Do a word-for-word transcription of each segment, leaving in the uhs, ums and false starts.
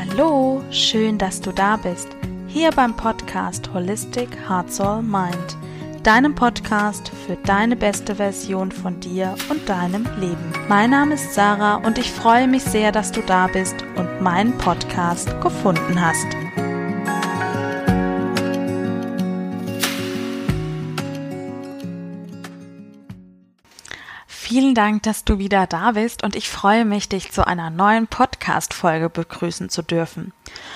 Hallo, schön, dass du da bist. Hier beim Podcast Holistic Heart Soul Mind, deinem Podcast für deine beste Version von dir und deinem Leben. Mein Name ist Sarah und ich freue mich sehr, dass du da bist und meinen Podcast gefunden hast. Vielen Dank, dass du wieder da bist und ich freue mich, dich zu einer neuen Podcast-Folge begrüßen zu dürfen.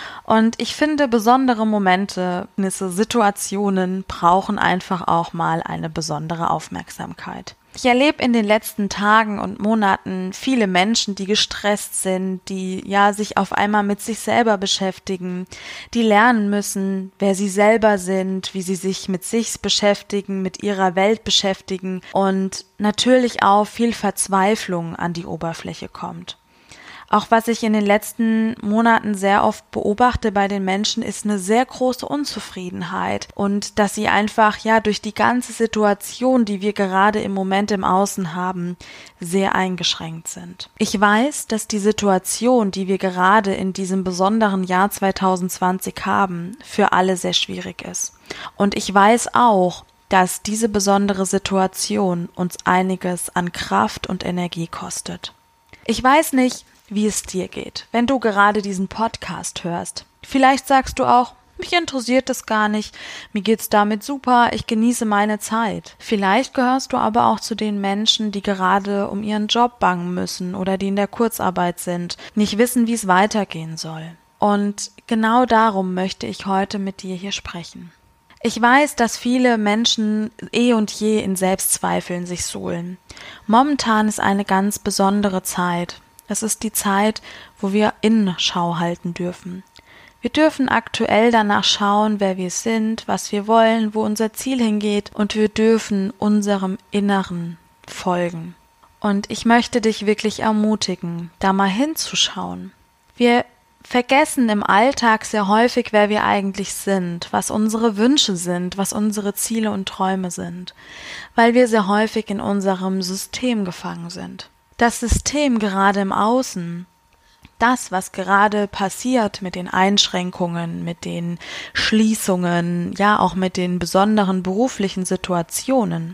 Und ich finde, besondere Momente, Situationen brauchen einfach auch mal eine besondere Aufmerksamkeit. Ich erlebe in den letzten Tagen und Monaten viele Menschen, die gestresst sind, die ja sich auf einmal mit sich selber beschäftigen, die lernen müssen, wer sie selber sind, wie sie sich mit sich beschäftigen, mit ihrer Welt beschäftigen und natürlich auch viel Verzweiflung an die Oberfläche kommt. Auch was ich in den letzten Monaten sehr oft beobachte bei den Menschen, ist eine sehr große Unzufriedenheit und dass sie einfach ja durch die ganze Situation, die wir gerade im Moment im Außen haben, sehr eingeschränkt sind. Ich weiß, dass die Situation, die wir gerade in diesem besonderen Jahr zwanzig zwanzig haben, für alle sehr schwierig ist. Und ich weiß auch, dass diese besondere Situation uns einiges an Kraft und Energie kostet. Ich weiß nicht, wie es dir geht, wenn du gerade diesen Podcast hörst. Vielleicht sagst du auch, mich interessiert das gar nicht, mir geht's damit super, ich genieße meine Zeit. Vielleicht gehörst du aber auch zu den Menschen, die gerade um ihren Job bangen müssen oder die in der Kurzarbeit sind, nicht wissen, wie es weitergehen soll. Und genau darum möchte ich heute mit dir hier sprechen. Ich weiß, dass viele Menschen eh und je in Selbstzweifeln sich suhlen. Momentan ist eine ganz besondere Zeit. Es ist die Zeit, wo wir Innenschau halten dürfen. Wir dürfen aktuell danach schauen, wer wir sind, was wir wollen, wo unser Ziel hingeht und wir dürfen unserem Inneren folgen. Und ich möchte dich wirklich ermutigen, da mal hinzuschauen. Wir vergessen im Alltag sehr häufig, wer wir eigentlich sind, was unsere Wünsche sind, was unsere Ziele und Träume sind, weil wir sehr häufig in unserem System gefangen sind. Das System gerade im Außen, das, was gerade passiert mit den Einschränkungen, mit den Schließungen, ja auch mit den besonderen beruflichen Situationen,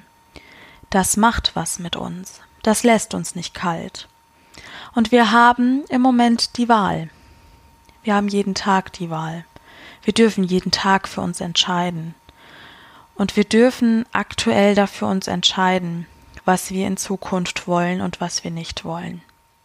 das macht was mit uns. Das lässt uns nicht kalt. Und wir haben im Moment die Wahl. Wir haben jeden Tag die Wahl. Wir dürfen jeden Tag für uns entscheiden. Und wir dürfen aktuell dafür uns entscheiden, was wir in Zukunft wollen und was wir nicht wollen.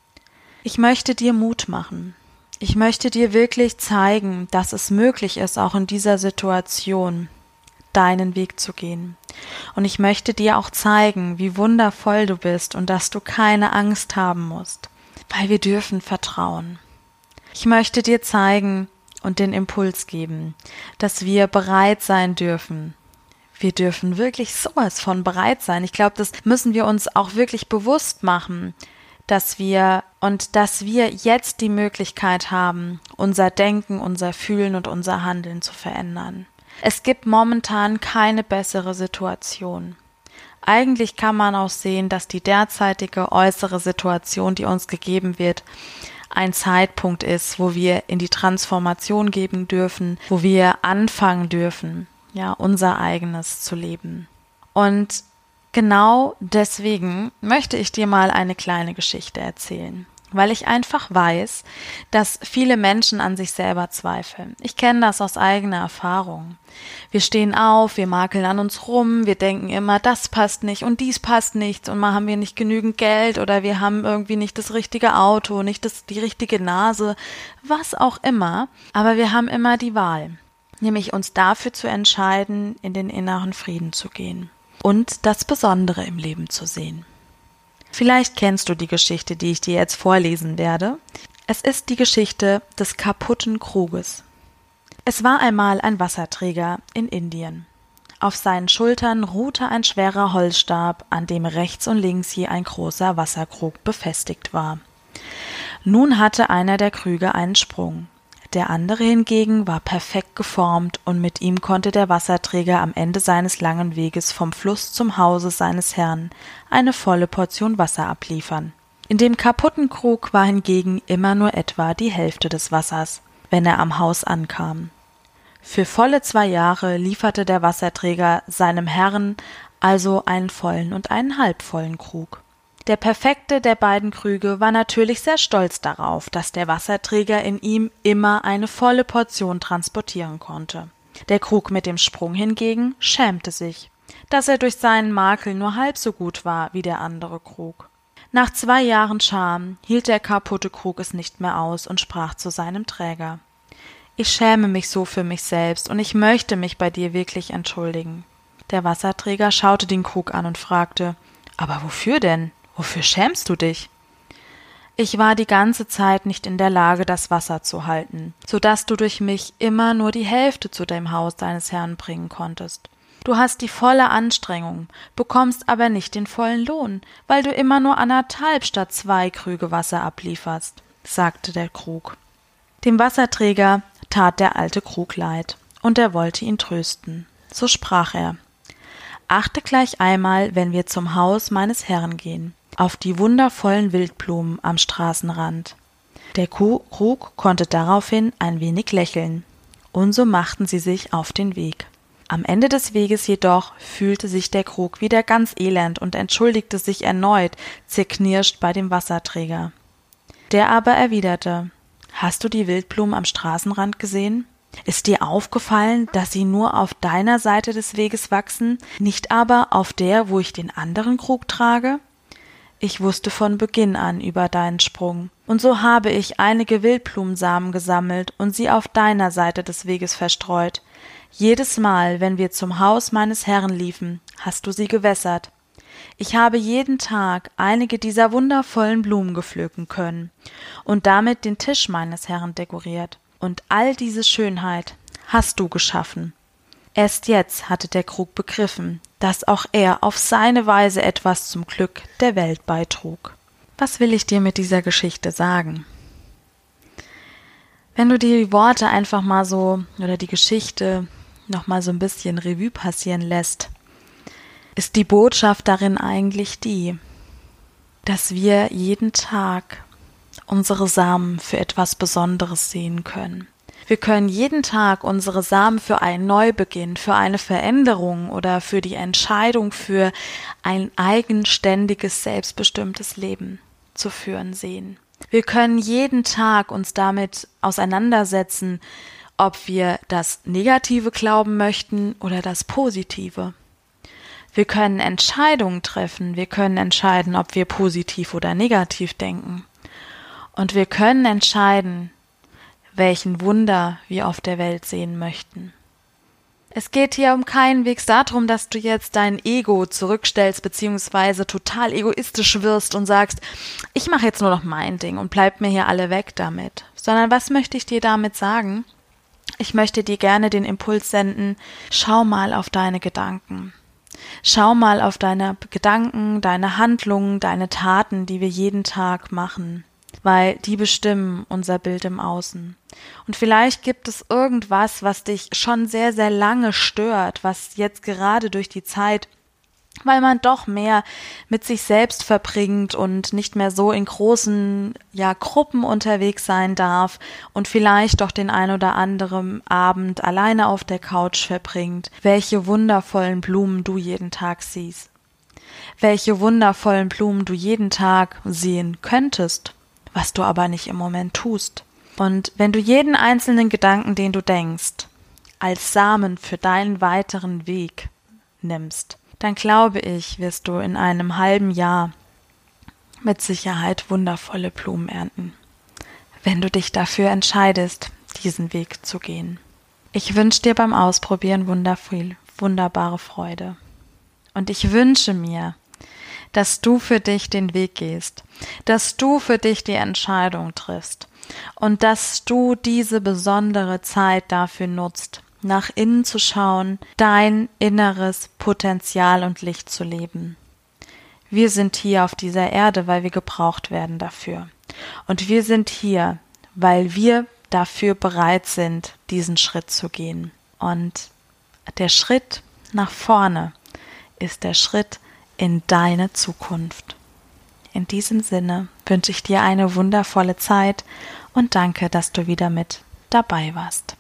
Ich möchte dir Mut machen. Ich möchte dir wirklich zeigen, dass es möglich ist, auch in dieser Situation deinen Weg zu gehen. Und ich möchte dir auch zeigen, wie wundervoll du bist und dass du keine Angst haben musst, weil wir dürfen vertrauen. Ich möchte dir zeigen und den Impuls geben, dass wir bereit sein dürfen. Wir dürfen wirklich sowas von bereit sein. Ich glaube, das müssen wir uns auch wirklich bewusst machen, dass wir und dass wir jetzt die Möglichkeit haben, unser Denken, unser Fühlen und unser Handeln zu verändern. Es gibt momentan keine bessere Situation. Eigentlich kann man auch sehen, dass die derzeitige äußere Situation, die uns gegeben wird, ein Zeitpunkt ist, wo wir in die Transformation geben dürfen, wo wir anfangen dürfen, ja, unser eigenes zu leben. Und genau deswegen möchte ich dir mal eine kleine Geschichte erzählen, weil ich einfach weiß, dass viele Menschen an sich selber zweifeln. Ich kenne das aus eigener Erfahrung. Wir stehen auf, wir makeln an uns rum, wir denken immer, das passt nicht und dies passt nicht und mal haben wir nicht genügend Geld oder wir haben irgendwie nicht das richtige Auto, nicht das, die richtige Nase, was auch immer, aber wir haben immer die Wahl. Nämlich uns dafür zu entscheiden, in den inneren Frieden zu gehen und das Besondere im Leben zu sehen. Vielleicht kennst du die Geschichte, die ich dir jetzt vorlesen werde. Es ist die Geschichte des kaputten Kruges. Es war einmal ein Wasserträger in Indien. Auf seinen Schultern ruhte ein schwerer Holzstab, an dem rechts und links je ein großer Wasserkrug befestigt war. Nun hatte einer der Krüge einen Sprung. Der andere hingegen war perfekt geformt und mit ihm konnte der Wasserträger am Ende seines langen Weges vom Fluss zum Hause seines Herrn eine volle Portion Wasser abliefern. In dem kaputten Krug war hingegen immer nur etwa die Hälfte des Wassers. wenn er am Haus ankam. Für volle zwei Jahre lieferte der Wasserträger seinem Herrn also einen vollen und einen halbvollen Krug. Der perfekte der beiden Krüge war natürlich sehr stolz darauf, dass der Wasserträger in ihm immer eine volle Portion transportieren konnte. Der Krug mit dem Sprung hingegen schämte sich, dass er durch seinen Makel nur halb so gut war wie der andere Krug. Nach zwei Jahren Scham hielt der kaputte Krug es nicht mehr aus und sprach zu seinem Träger: »Ich schäme mich so für mich selbst, und ich möchte mich bei dir wirklich entschuldigen.« Der Wasserträger schaute den Krug an und fragte: »Aber wofür denn? Wofür schämst du dich?« »Ich war die ganze Zeit nicht in der Lage, das Wasser zu halten, so dass du durch mich immer nur die Hälfte zu dem Haus deines Herrn bringen konntest. Du hast die volle Anstrengung, bekommst aber nicht den vollen Lohn, weil du immer nur anderthalb statt zwei Krüge Wasser ablieferst«, sagte der Krug. Dem Wasserträger tat der alte Krug leid, und er wollte ihn trösten. So sprach er: »Achte gleich einmal, wenn wir zum Haus meines Herrn gehen, auf die wundervollen Wildblumen am Straßenrand.« Der Krug konnte daraufhin ein wenig lächeln, und so machten sie sich auf den Weg. Am Ende des Weges jedoch fühlte sich der Krug wieder ganz elend und entschuldigte sich erneut, zerknirscht bei dem Wasserträger. Der aber erwiderte: »Hast du die Wildblumen am Straßenrand gesehen? Ist dir aufgefallen, dass sie nur auf deiner Seite des Weges wachsen, nicht aber auf der, wo ich den anderen Krug trage? Ich wusste von Beginn an über deinen Sprung, und so habe ich einige Wildblumensamen gesammelt und sie auf deiner Seite des Weges verstreut. Jedes Mal, wenn wir zum Haus meines Herrn liefen, hast du sie gewässert. Ich habe jeden Tag einige dieser wundervollen Blumen gepflücken können und damit den Tisch meines Herrn dekoriert. Und all diese Schönheit hast du geschaffen.« Erst jetzt hatte der Krug begriffen, dass auch er auf seine Weise etwas zum Glück der Welt beitrug. Was will ich dir mit dieser Geschichte sagen? Wenn du die Worte einfach mal so oder die Geschichte noch mal so ein bisschen Revue passieren lässt, ist die Botschaft darin eigentlich die, dass wir jeden Tag unsere Samen für etwas Besonderes sehen können. Wir können jeden Tag unsere Samen für einen Neubeginn, für eine Veränderung oder für die Entscheidung für ein eigenständiges, selbstbestimmtes Leben zu führen sehen. Wir können jeden Tag uns damit auseinandersetzen, ob wir das Negative glauben möchten oder das Positive. Wir können Entscheidungen treffen, wir können entscheiden, ob wir positiv oder negativ denken. Und wir können entscheiden, welchen Wunder wir auf der Welt sehen möchten. Es geht hier um keinen Weg darum, dass du jetzt dein Ego zurückstellst beziehungsweise total egoistisch wirst und sagst, ich mache jetzt nur noch mein Ding und bleibt mir hier alle weg damit. Sondern was möchte ich dir damit sagen? Ich möchte dir gerne den Impuls senden, schau mal auf deine Gedanken. Schau mal auf deine Gedanken, deine Handlungen, deine Taten, die wir jeden Tag machen, weil die bestimmen unser Bild im Außen. Und vielleicht gibt es irgendwas, was dich schon sehr, sehr lange stört, was jetzt gerade durch die Zeit, weil man doch mehr mit sich selbst verbringt und nicht mehr so in großen ja, Gruppen unterwegs sein darf und vielleicht doch den ein oder anderen Abend alleine auf der Couch verbringt, welche wundervollen Blumen du jeden Tag siehst, welche wundervollen Blumen du jeden Tag sehen könntest, was du aber nicht im Moment tust. Und wenn du jeden einzelnen Gedanken, den du denkst, als Samen für deinen weiteren Weg nimmst, dann glaube ich, wirst du in einem halben Jahr mit Sicherheit wundervolle Blumen ernten, wenn du dich dafür entscheidest, diesen Weg zu gehen. Ich wünsche dir beim Ausprobieren wundervoll, wunderbare Freude. Und ich wünsche mir, dass du für dich den Weg gehst, dass du für dich die Entscheidung triffst und dass du diese besondere Zeit dafür nutzt, nach innen zu schauen, dein inneres Potenzial und Licht zu leben. Wir sind hier auf dieser Erde, weil wir gebraucht werden dafür. Und wir sind hier, weil wir dafür bereit sind, diesen Schritt zu gehen. Und der Schritt nach vorne ist der Schritt in deine Zukunft. In diesem Sinne wünsche ich dir eine wundervolle Zeit und danke, dass du wieder mit dabei warst.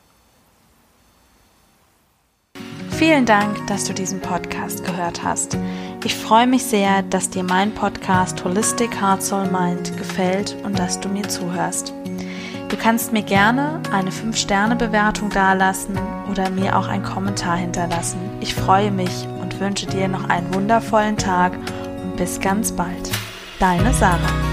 Vielen Dank, dass du diesen Podcast gehört hast. Ich freue mich sehr, dass dir mein Podcast Holistic Heart Soul Mind gefällt und dass du mir zuhörst. Du kannst mir gerne eine fünf Sterne Bewertung dalassen oder mir auch einen Kommentar hinterlassen. Ich freue mich und wünsche dir noch einen wundervollen Tag und bis ganz bald. Deine Sarah.